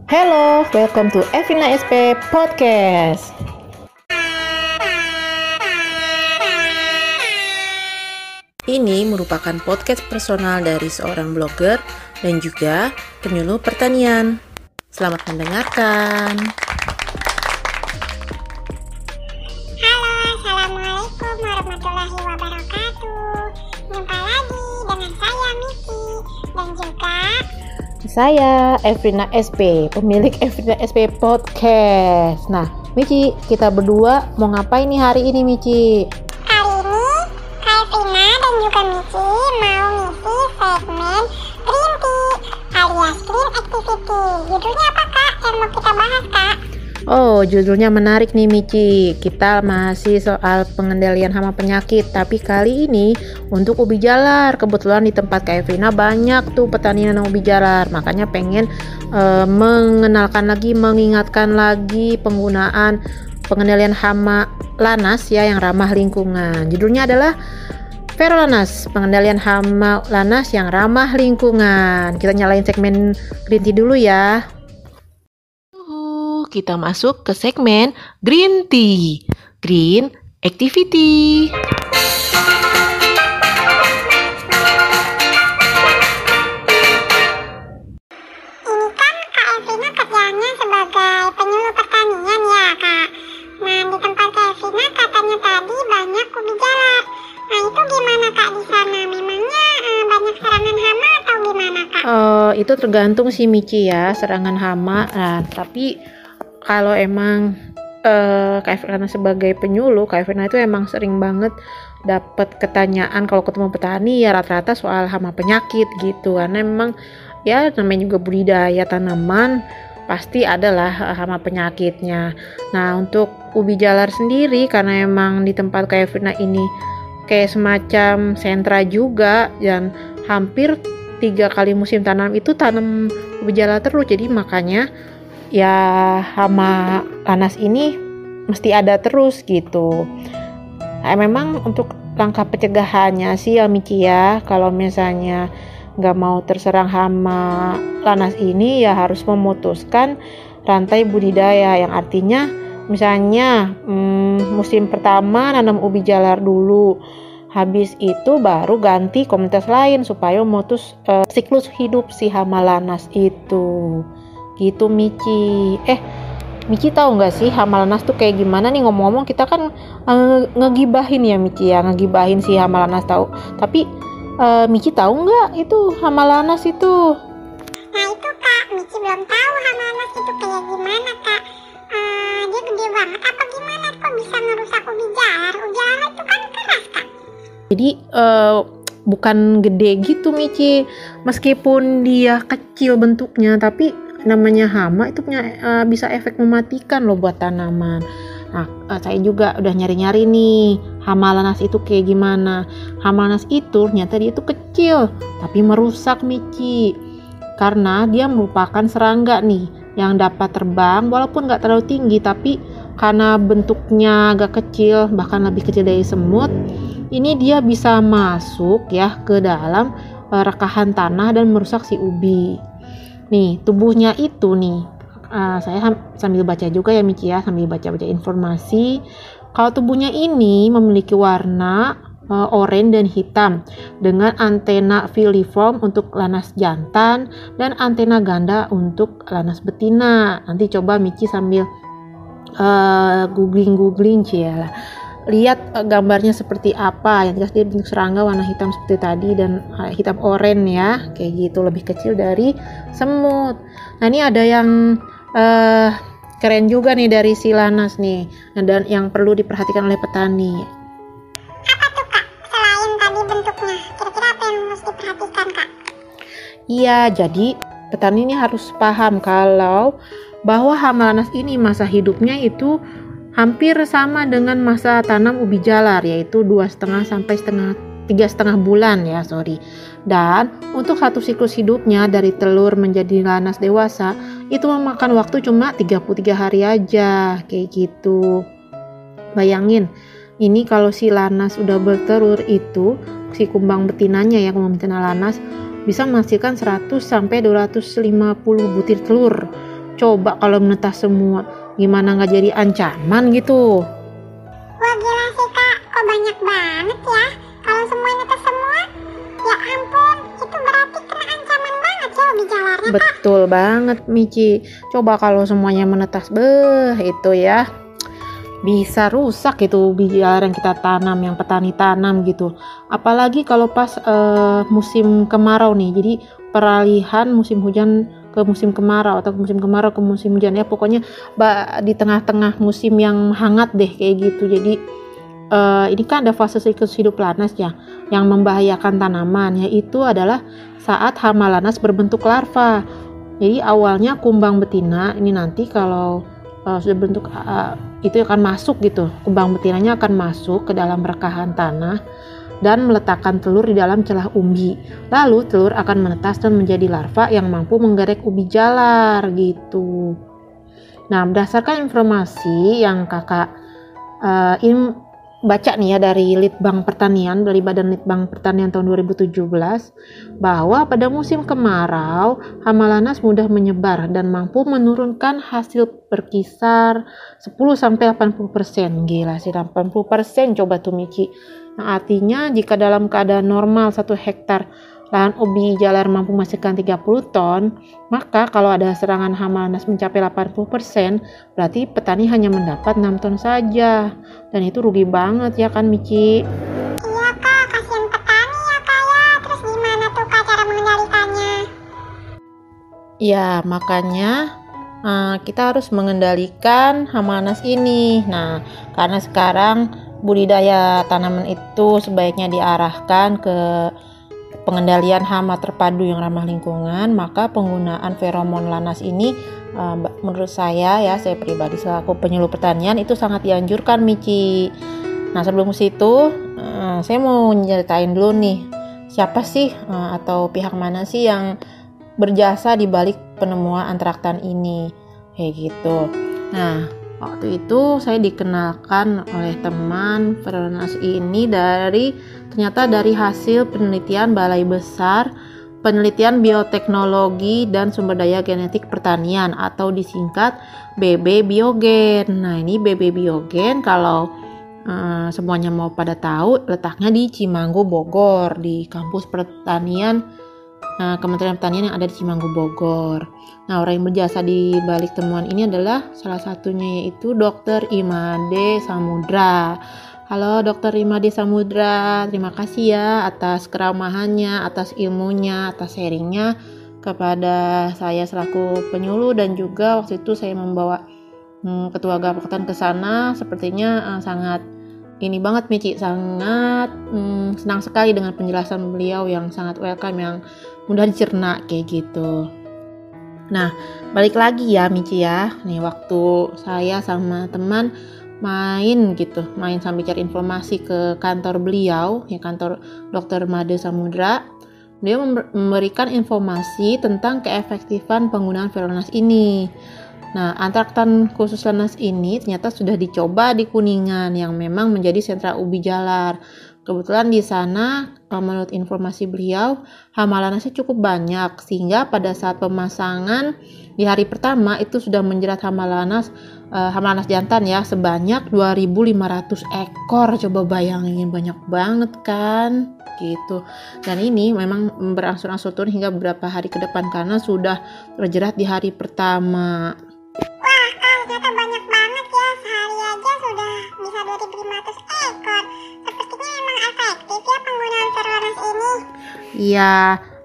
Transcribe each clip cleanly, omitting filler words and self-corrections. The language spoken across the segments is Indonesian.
Hello, welcome to Evrina SP Podcast. Ini merupakan podcast personal dari seorang blogger dan juga penyuluh pertanian. Selamat mendengarkan. Halo, Assalamualaikum warahmatullahi wabarakatuh. Jumpa lagi dengan saya Miki dan juga Saya Evrina SP, pemilik Evrina SP Podcast. Nah, Mici, kita berdua mau ngapain nih hari ini, Mici? kali ini Kak Evrina dan juga Miki mau ngisi segmen Green Tea alias Green Activity. Judulnya apa Kak yang mau kita bahas Kak? Oh, judulnya menarik nih, Mici. Kita masih soal pengendalian hama penyakit, tapi kali ini untuk ubi jalar. Kebetulan di tempat Kak Evrina banyak tuh petani nanam ubi jalar, makanya pengen mengenalkan lagi, mengingatkan lagi penggunaan pengendalian hama lanas ya yang ramah lingkungan. Judulnya adalah Ferolanas, pengendalian hama lanas yang ramah lingkungan. Kita nyalain segmen Green Tea dulu ya. Kita masuk ke segmen Green Tea, Green Activity. Ini kan Kak Evrina kerjanya sebagai penyuluh pertanian ya Kak. Nah di tempat Kak Evrina katanya tadi banyak ubi jalar. Nah itu gimana Kak di sana? Memangnya banyak serangan hama atau gimana Kak? Itu tergantung sih Mici ya, serangan hama. Nah, tapi kalau emang Kak Evrina sebagai penyuluh, Kak Evrina itu emang sering banget dapat ketanyaan kalau ketemu petani ya rata-rata soal hama penyakit gitu. Karena memang ya namanya juga budidaya tanaman, pasti adalah hama penyakitnya. Nah, untuk ubi jalar sendiri karena emang di tempat Kak Evrina ini kayak semacam sentra juga dan hampir 3 kali musim tanam itu tanam ubi jalar terus, jadi makanya ya hama lanas ini mesti ada terus gitu. Nah, memang untuk langkah pencegahannya sih ya Miki ya, kalau misalnya nggak mau terserang hama lanas ini ya harus memutuskan rantai budidaya, yang artinya misalnya musim pertama nanam ubi jalar dulu, habis itu baru ganti komunitas lain supaya memutus siklus hidup si hama lanas itu. Gitu Mici. Mici tahu nggak sih hama lanas tuh kayak gimana nih? Ngomong-ngomong kita kan ngegibahin ya Mici ya, ngegibahin si hama lanas tahu. Tapi Mici tahu nggak itu hama lanas itu? Nah itu Kak, Miki belum tahu hama lanas itu kayak gimana Kak. Dia gede banget apa gimana? Kok bisa ngerusak ubi jalar? Ubi jalar itu kan keras Kak. Jadi bukan gede gitu Mici. Meskipun dia kecil bentuknya, tapi namanya hama itu punya bisa efek mematikan loh buat tanaman. Nah, saya juga udah nyari-nyari nih hama lanas itu kayak gimana. Hama lanas itu ternyata dia itu kecil tapi merusak Mici, karena dia merupakan serangga nih yang dapat terbang walaupun nggak terlalu tinggi, tapi karena bentuknya agak kecil, bahkan lebih kecil dari semut, ini dia bisa masuk ya ke dalam rekahan tanah dan merusak si ubi. Nih tubuhnya itu nih, saya sambil baca juga ya Mici ya, sambil baca-baca informasi. Kalau tubuhnya ini memiliki warna oranye dan hitam dengan antena filiform untuk lanas jantan dan antena ganda untuk lanas betina. Nanti coba Mici sambil googling cialah. Lihat gambarnya seperti apa, yang jelas dia bentuk serangga warna hitam seperti tadi dan hitam oranye ya, kayak gitu, lebih kecil dari semut. Nah ini ada yang keren juga nih dari si lanas nih, dan yang perlu diperhatikan oleh petani. Apa tuh Kak? Selain tadi bentuknya, kira-kira apa yang harus diperhatikan Kak? Iya, jadi petani ini harus paham kalau bahwa hama lanas ini masa hidupnya itu hampir sama dengan masa tanam ubi jalar, yaitu 2,5 sampai 3,5 bulan ya, Dan untuk satu siklus hidupnya dari telur menjadi lanas dewasa itu memakan waktu cuma 33 hari aja, kayak gitu. Bayangin, ini kalau si lanas udah bertelur itu, si kumbang betinanya ya, kumbang betina lanas bisa menghasilkan 100 sampai 250 butir telur. Coba kalau menetas semua, gimana nggak jadi ancaman gitu? Wah gila sih kak, kok banyak banget ya. Kalau semuanya netas semua, ya ampun, itu berarti kena ancaman banget ya ubi jalarnya kak. Betul banget Mici. Coba kalau semuanya menetas, itu ya bisa rusak itu ubi jalar yang kita tanam, yang petani tanam gitu. Apalagi kalau pas musim kemarau nih. Jadi peralihan musim hujan ke musim kemarau atau musim kemarau ke musim hujan ya, pokoknya di tengah-tengah musim yang hangat deh kayak gitu. Jadi ini kan ada fase siklus hidup lanas ya yang membahayakan tanaman, yaitu adalah saat hama lanas berbentuk larva. Jadi awalnya kumbang betina ini nanti kalau sudah bentuk itu akan masuk gitu, kumbang betinanya akan masuk ke dalam rekahan tanah dan meletakkan telur di dalam celah umbi. Lalu telur akan menetas dan menjadi larva yang mampu menggerek ubi jalar gitu. Nah, berdasarkan informasi yang kakak ini baca nih ya dari Litbang Pertanian, dari Badan Litbang Pertanian tahun 2017, bahwa pada musim kemarau hama lanas mudah menyebar dan mampu menurunkan hasil berkisar 10-80%. Gila sih 80% coba tuh Mici. Nah, artinya jika dalam keadaan normal 1 hektar lahan ubi jalar mampu menghasilkan 30 ton, maka kalau ada serangan hama lanas mencapai 80%, berarti petani hanya mendapat 6 ton saja. Dan itu rugi banget ya kan Mici? Iya kak, kasihan petani ya kak ya. Terus gimana tuh kak cara mengendalikannya? Ya, makanya kita harus mengendalikan hama lanas ini. Nah, karena sekarang budidaya tanaman itu sebaiknya diarahkan ke pengendalian hama terpadu yang ramah lingkungan, maka penggunaan feromon lanas ini menurut saya pribadi selaku penyuluh pertanian itu sangat dianjurkan Mici. Nah, sebelum situ saya mau nyeritain dulu nih, siapa sih atau pihak mana sih yang berjasa di balik penemuan antraktan ini kayak gitu. Nah, waktu itu saya dikenalkan oleh teman feromon ini ternyata dari hasil penelitian Balai Besar Penelitian Bioteknologi dan Sumber Daya Genetik Pertanian atau disingkat BB Biogen. Nah, ini BB Biogen kalau semuanya mau pada tahu letaknya di Cimanggu Bogor, di kampus pertanian Kementerian Pertanian yang ada di Cimanggu Bogor. Nah, orang yang berjasa di balik temuan ini adalah salah satunya yaitu Dr. Imade Samudra. Halo Dr. Imade Samudra, terima kasih ya atas keramahannya, atas ilmunya, atas sharingnya kepada saya selaku penyuluh, dan juga waktu itu saya membawa ketua gapoktan ke sana. Sepertinya sangat ini banget Mici, sangat senang sekali dengan penjelasan beliau yang sangat welcome, yang mudah dicerna kayak gitu. Nah, balik lagi ya Mici ya. Nih waktu saya sama teman main sambil cari informasi ke kantor beliau, ya kantor Dr. Imade Samudra. Beliau memberikan informasi tentang keefektifan penggunaan feromon lanas ini. Nah, antraktan khusus lanas ini ternyata sudah dicoba di Kuningan yang memang menjadi sentra ubi jalar. Kebetulan di sana menurut informasi beliau hama lanasnya cukup banyak, sehingga pada saat pemasangan di hari pertama itu sudah menjerat hama lanas jantan ya sebanyak 2.500 ekor. Coba bayangin, banyak banget kan gitu. Dan ini memang berangsur-angsur turun hingga beberapa hari ke depan karena sudah terjerat di hari pertama. Wah kak, ternyata banyak banget ya. Sehari aja sudah bisa 2.500 ekor. Sepertinya emang efektif ya penggunaan feromon lanas ini. Iya,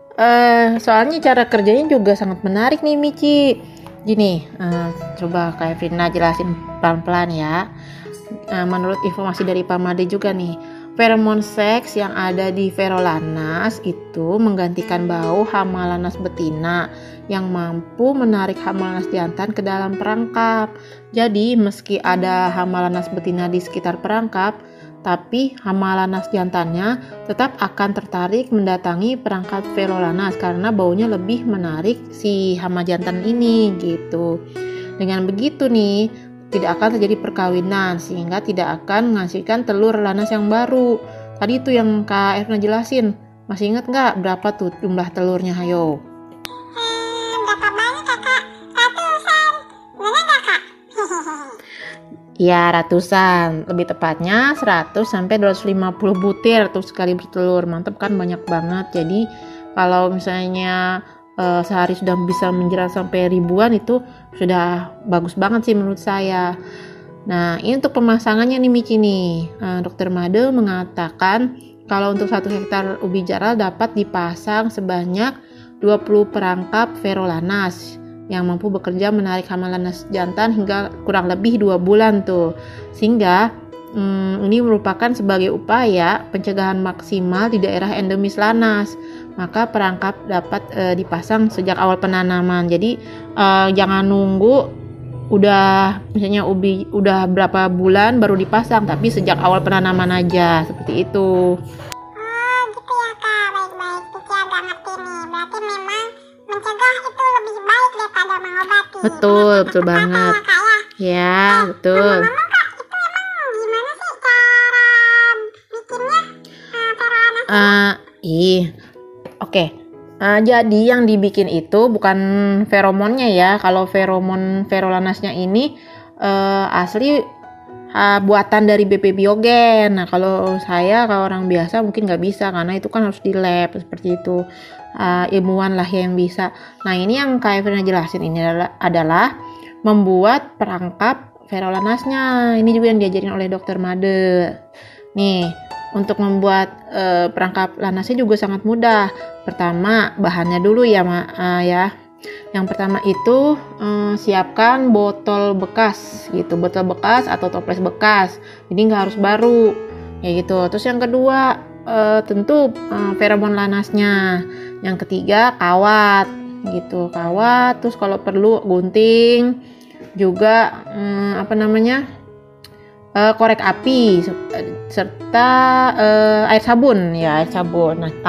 soalnya cara kerjanya juga sangat menarik nih Mici. Gini, coba Kak Evrina jelasin pelan-pelan ya. Menurut informasi dari Pak Made juga nih, feromon seks yang ada di ferolanas itu menggantikan bau hama lanas betina yang mampu menarik hama lanas jantan ke dalam perangkap. Jadi meski ada hama lanas betina di sekitar perangkap, tapi hama lanas jantannya tetap akan tertarik mendatangi perangkap ferolanas karena baunya lebih menarik si hama jantan ini gitu. Dengan begitu nih, tidak akan terjadi perkawinan sehingga tidak akan menghasilkan telur lanas yang baru. Tadi itu yang Kak Erna jelasin. Masih ingat nggak berapa tuh jumlah telurnya? Hayo. Berapa banyak kakak? Ratusan, Ya, ratusan. Lebih tepatnya 100 sampai 250 butir tuh sekali bertelur. Mantap kan, banyak banget. Jadi kalau misalnya sehari sudah bisa menjerat sampai ribuan, itu sudah bagus banget sih menurut saya. Nah, ini untuk pemasangannya nih Michi nih. Dokter Made mengatakan kalau untuk 1 hektar ubi jaral dapat dipasang sebanyak 20 perangkap ferolanas yang mampu bekerja menarik hama lanas jantan hingga kurang lebih 2 bulan tuh. Sehingga ini merupakan sebagai upaya pencegahan maksimal di daerah endemis lanas. Maka perangkap dapat dipasang sejak awal penanaman. Jadi jangan nunggu udah misalnya ubi udah berapa bulan baru dipasang, tapi sejak awal penanaman aja, seperti itu. Oh gitu ya Kak, baik-baik. Cici agak ngerti nih. Berarti memang mencegah itu lebih baik daripada mengobati. Betul banget. Ya, Kak, ya? Ya, betul. Ngomong-ngomong Kak, itu emang gimana sih cara bikinnya ferolanas? Oke. Jadi yang dibikin itu bukan feromonnya ya. Kalau feromon ferolanasnya ini asli buatan dari BP Biogen. Nah, kalau orang biasa mungkin nggak bisa karena itu kan harus di lab seperti itu. Ilmuwan lah yang bisa. Nah, ini yang Kak Evelina jelasin ini adalah membuat perangkap ferolanasnya. Ini juga yang diajarin oleh Dokter Made. Nih, untuk membuat perangkap lanasnya juga sangat mudah. Pertama, bahannya dulu ya, ya. Yang pertama itu siapkan botol bekas gitu, botol bekas atau toples bekas. Jadi nggak harus baru, ya gitu. Terus yang kedua tentu feromon lanasnya. Yang ketiga kawat gitu, kawat. Terus kalau perlu gunting juga korek api serta air sabun ya, air sabun. Nah,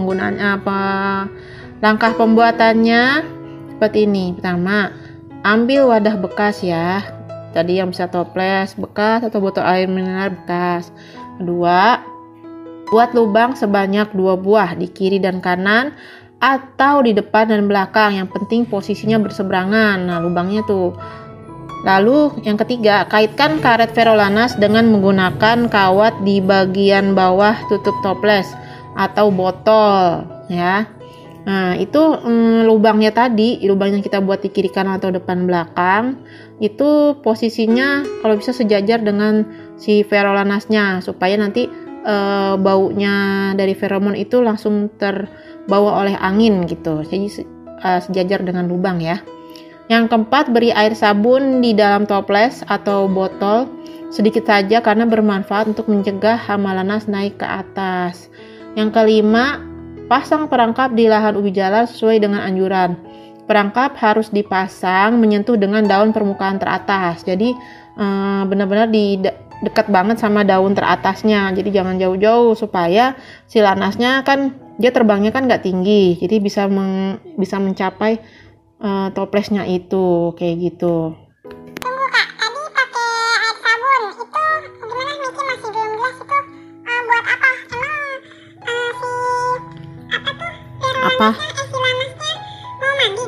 langkah pembuatannya seperti ini. Pertama, ambil wadah bekas ya. Tadi yang bisa toples bekas atau botol air mineral bekas. Kedua, buat lubang sebanyak 2 buah di kiri dan kanan atau di depan dan belakang. Yang penting posisinya berseberangan. Nah, lubangnya tuh. Lalu yang ketiga, kaitkan karet ferolanas dengan menggunakan kawat di bagian bawah tutup toples atau botol ya. Nah, itu lubangnya tadi, lubang yang kita buat di kiri kanan atau depan belakang, itu posisinya kalau bisa sejajar dengan si ferolanasnya supaya nanti baunya dari feromon itu langsung terbawa oleh angin gitu. Jadi sejajar dengan lubang ya. Yang keempat, beri air sabun di dalam toples atau botol sedikit saja karena bermanfaat untuk mencegah hama lanas naik ke atas. Yang kelima, pasang perangkap di lahan ubi jalar sesuai dengan anjuran. Perangkap harus dipasang menyentuh dengan daun permukaan teratas. Jadi benar-benar dekat banget sama daun teratasnya. Jadi jangan jauh-jauh supaya si lanasnya kan dia terbangnya kan nggak tinggi. Jadi bisa mencapai toplesnya itu kayak gitu. Tunggu Kak, tadi pakai air sabun itu gimana? Michi masih belum jelas itu buat apa? Emang si lanasnya mau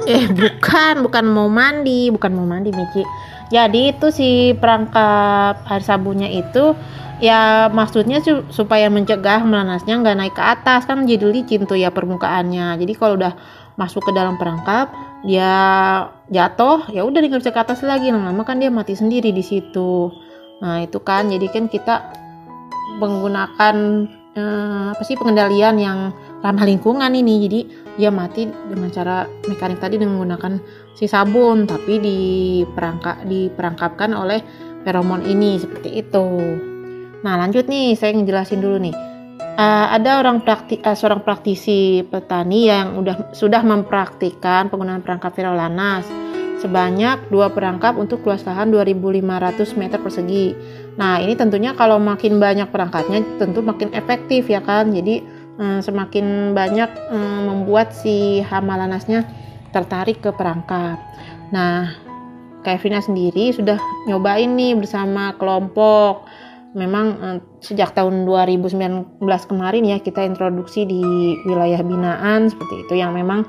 mandi? Bukan mau mandi Michi. Jadi itu si perangkap air sabunnya itu ya maksudnya supaya mencegah melanasnya nggak naik ke atas, kan jadi licin tuh ya permukaannya. Jadi kalau udah masuk ke dalam perangkap dia jatuh, ya udah nggak bisa ke atas lagi, lama-lama kan dia mati sendiri di situ. Nah itu kan, jadi kan kita menggunakan pengendalian yang ramah lingkungan ini. Jadi dia mati dengan cara mekanik tadi dengan menggunakan si sabun, tapi diperangkapkan oleh feromon ini seperti itu. Nah lanjut nih, saya ngejelasin dulu nih. Ada seorang praktisi petani yang sudah mempraktikkan penggunaan perangkap ferolanas sebanyak 2 perangkap untuk luas lahan 2.500 meter persegi. Nah ini tentunya kalau makin banyak perangkapnya tentu makin efektif ya kan. Jadi semakin banyak membuat si hama lanasnya tertarik ke perangkap. Nah Kak Evelina sendiri sudah nyobain nih bersama kelompok. Memang sejak tahun 2019 kemarin ya kita introduksi di wilayah binaan seperti itu yang memang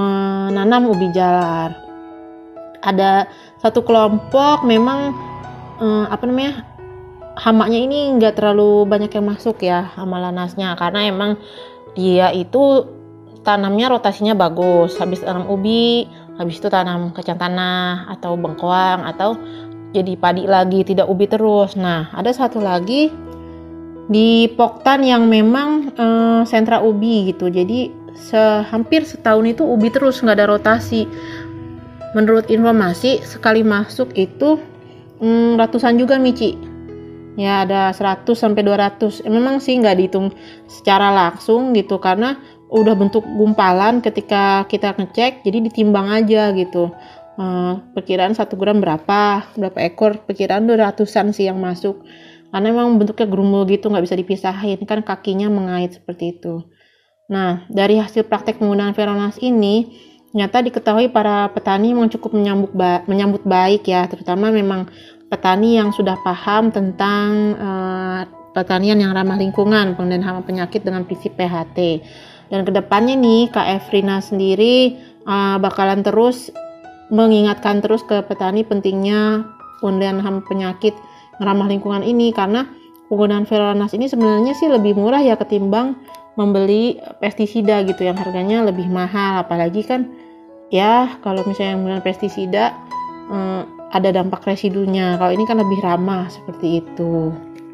menanam ubi jalar. Ada satu kelompok memang Hamanya ini nggak terlalu banyak yang masuk ya, hama lanasnya, karena emang dia itu tanamnya rotasinya bagus. Habis tanam ubi, habis itu tanam kacang tanah atau bengkoang, atau jadi padi lagi, tidak ubi terus. Nah, ada satu lagi di Poktan yang memang sentra ubi gitu. Jadi hampir setahun itu ubi terus, nggak ada rotasi. Menurut informasi sekali masuk itu ratusan juga Mici. Ya ada 100 sampai 200. Memang sih nggak dihitung secara langsung gitu, karena udah bentuk gumpalan ketika kita ngecek, jadi ditimbang aja gitu. Perkiraan 1 gram berapa ekor, perkiraan 200-an sih yang masuk. Karena memang bentuknya gerumul gitu, nggak bisa dipisahin, kan kakinya mengait seperti itu. Nah, dari hasil praktek penggunaan Veronas ini, ternyata diketahui para petani memang cukup menyambut baik ya, terutama memang petani yang sudah paham tentang pertanian yang ramah lingkungan, pengendalian hama penyakit dengan prinsip PHT. Dan kedepannya nih, Kak Efrina sendiri bakalan terus mengingatkan terus ke petani pentingnya pengendalian hama penyakit ramah lingkungan ini, karena penggunaan Veronas ini sebenarnya sih lebih murah ya ketimbang membeli pestisida gitu yang harganya lebih mahal. Apalagi kan ya kalau misalnya menggunakan pestisida ada dampak residunya. Kalau ini kan lebih ramah seperti itu.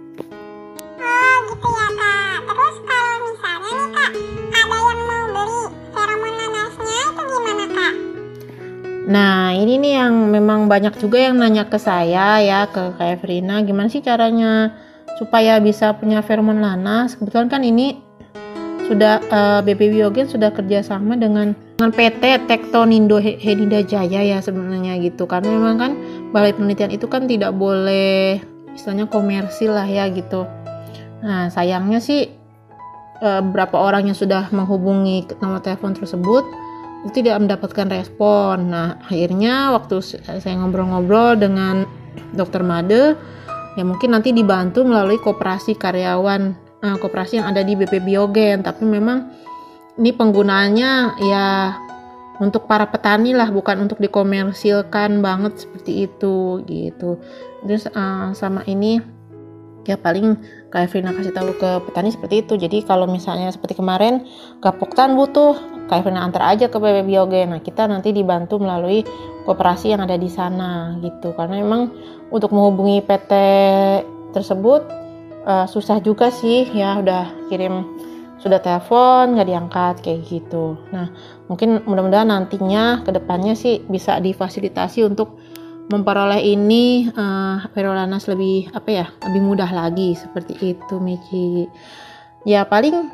Oh gitu ya Kak. Terus kalau misalnya nih Kak, ada yang mau beli feromon nanasnya itu gimana Kak? Nah ini nih yang memang banyak juga yang nanya ke saya ya, ke Kak Efrina, gimana sih caranya supaya bisa punya feromon nanas. Kebetulan kan ini sudah BP Biogen sudah kerjasama dengan PT Tektonindo Hedida Jaya ya sebenarnya gitu, karena memang kan balai penelitian itu kan tidak boleh istilahnya komersil lah ya gitu. Nah sayangnya sih beberapa orang yang sudah menghubungi nomor telepon tersebut itu tidak mendapatkan respon. Nah akhirnya waktu saya ngobrol-ngobrol dengan Dokter Made, ya mungkin nanti dibantu melalui koperasi karyawan koperasi yang ada di BP Biogen, tapi memang ini penggunaannya ya untuk para petani lah, bukan untuk dikomersilkan banget seperti itu gitu. Terus sama ini ya paling Kak Efrina kasih tahu ke petani seperti itu. Jadi kalau misalnya seperti kemarin Kak Poktan butuh, Kak Efrina antar aja ke BP Biogen. Nah kita nanti dibantu melalui koperasi yang ada di sana gitu. Karena memang untuk menghubungi PT tersebut susah juga sih ya, sudah telepon nggak diangkat kayak gitu. Nah mungkin mudah-mudahan nantinya kedepannya sih bisa difasilitasi untuk memperoleh ini Ferolanas lebih mudah lagi seperti itu Mici. Ya paling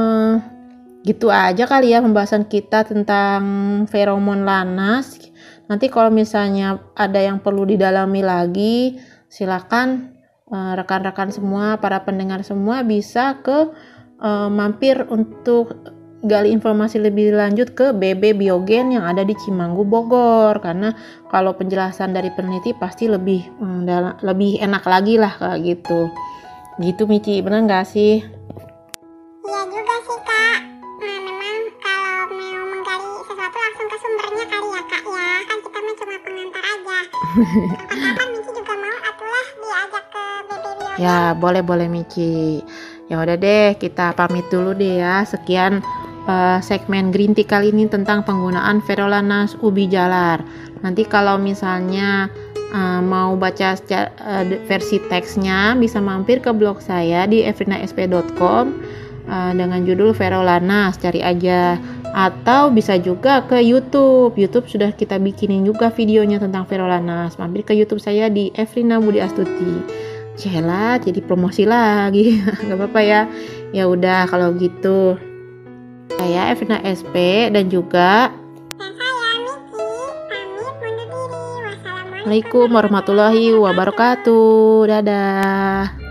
gitu aja kali ya pembahasan kita tentang feromon lanas. Nanti kalau misalnya ada yang perlu didalami lagi, silakan rekan-rekan semua, para pendengar semua bisa mampir untuk gali informasi lebih lanjut ke BB Biogen yang ada di Cimanggu, Bogor. Karena kalau penjelasan dari peneliti pasti lebih enak lagi lah kayak gitu. Gitu Mici, benar nggak sih? Iya juga sih Kak. Nah memang kalau mau menggali sesuatu langsung ke sumbernya kali ya Kak ya. Kan kita mah cuma pengantar aja. Kapan-kapan Mici juga mau atulah diajak ke BB Biogen. Ya boleh Mici. Ya udah deh, kita pamit dulu deh ya. Sekian segmen Green Tea kali ini tentang penggunaan Ferolanas ubi jalar. Nanti kalau misalnya mau baca versi teksnya, bisa mampir ke blog saya di efrinasp.com dengan judul Ferolanas, cari aja. Atau bisa juga ke YouTube. YouTube sudah kita bikinin juga videonya tentang Ferolanas. Mampir ke YouTube saya di Efrina Budi Astuti. Celah, jadi promosi lagi. Gak apa-apa ya. Ya udah kalau gitu. Saya Efrina SP dan juga saya Mici, pamit undur diri. Wassalamualaikum Assalamualaikum warahmatullahi wabarakatuh. Dadah.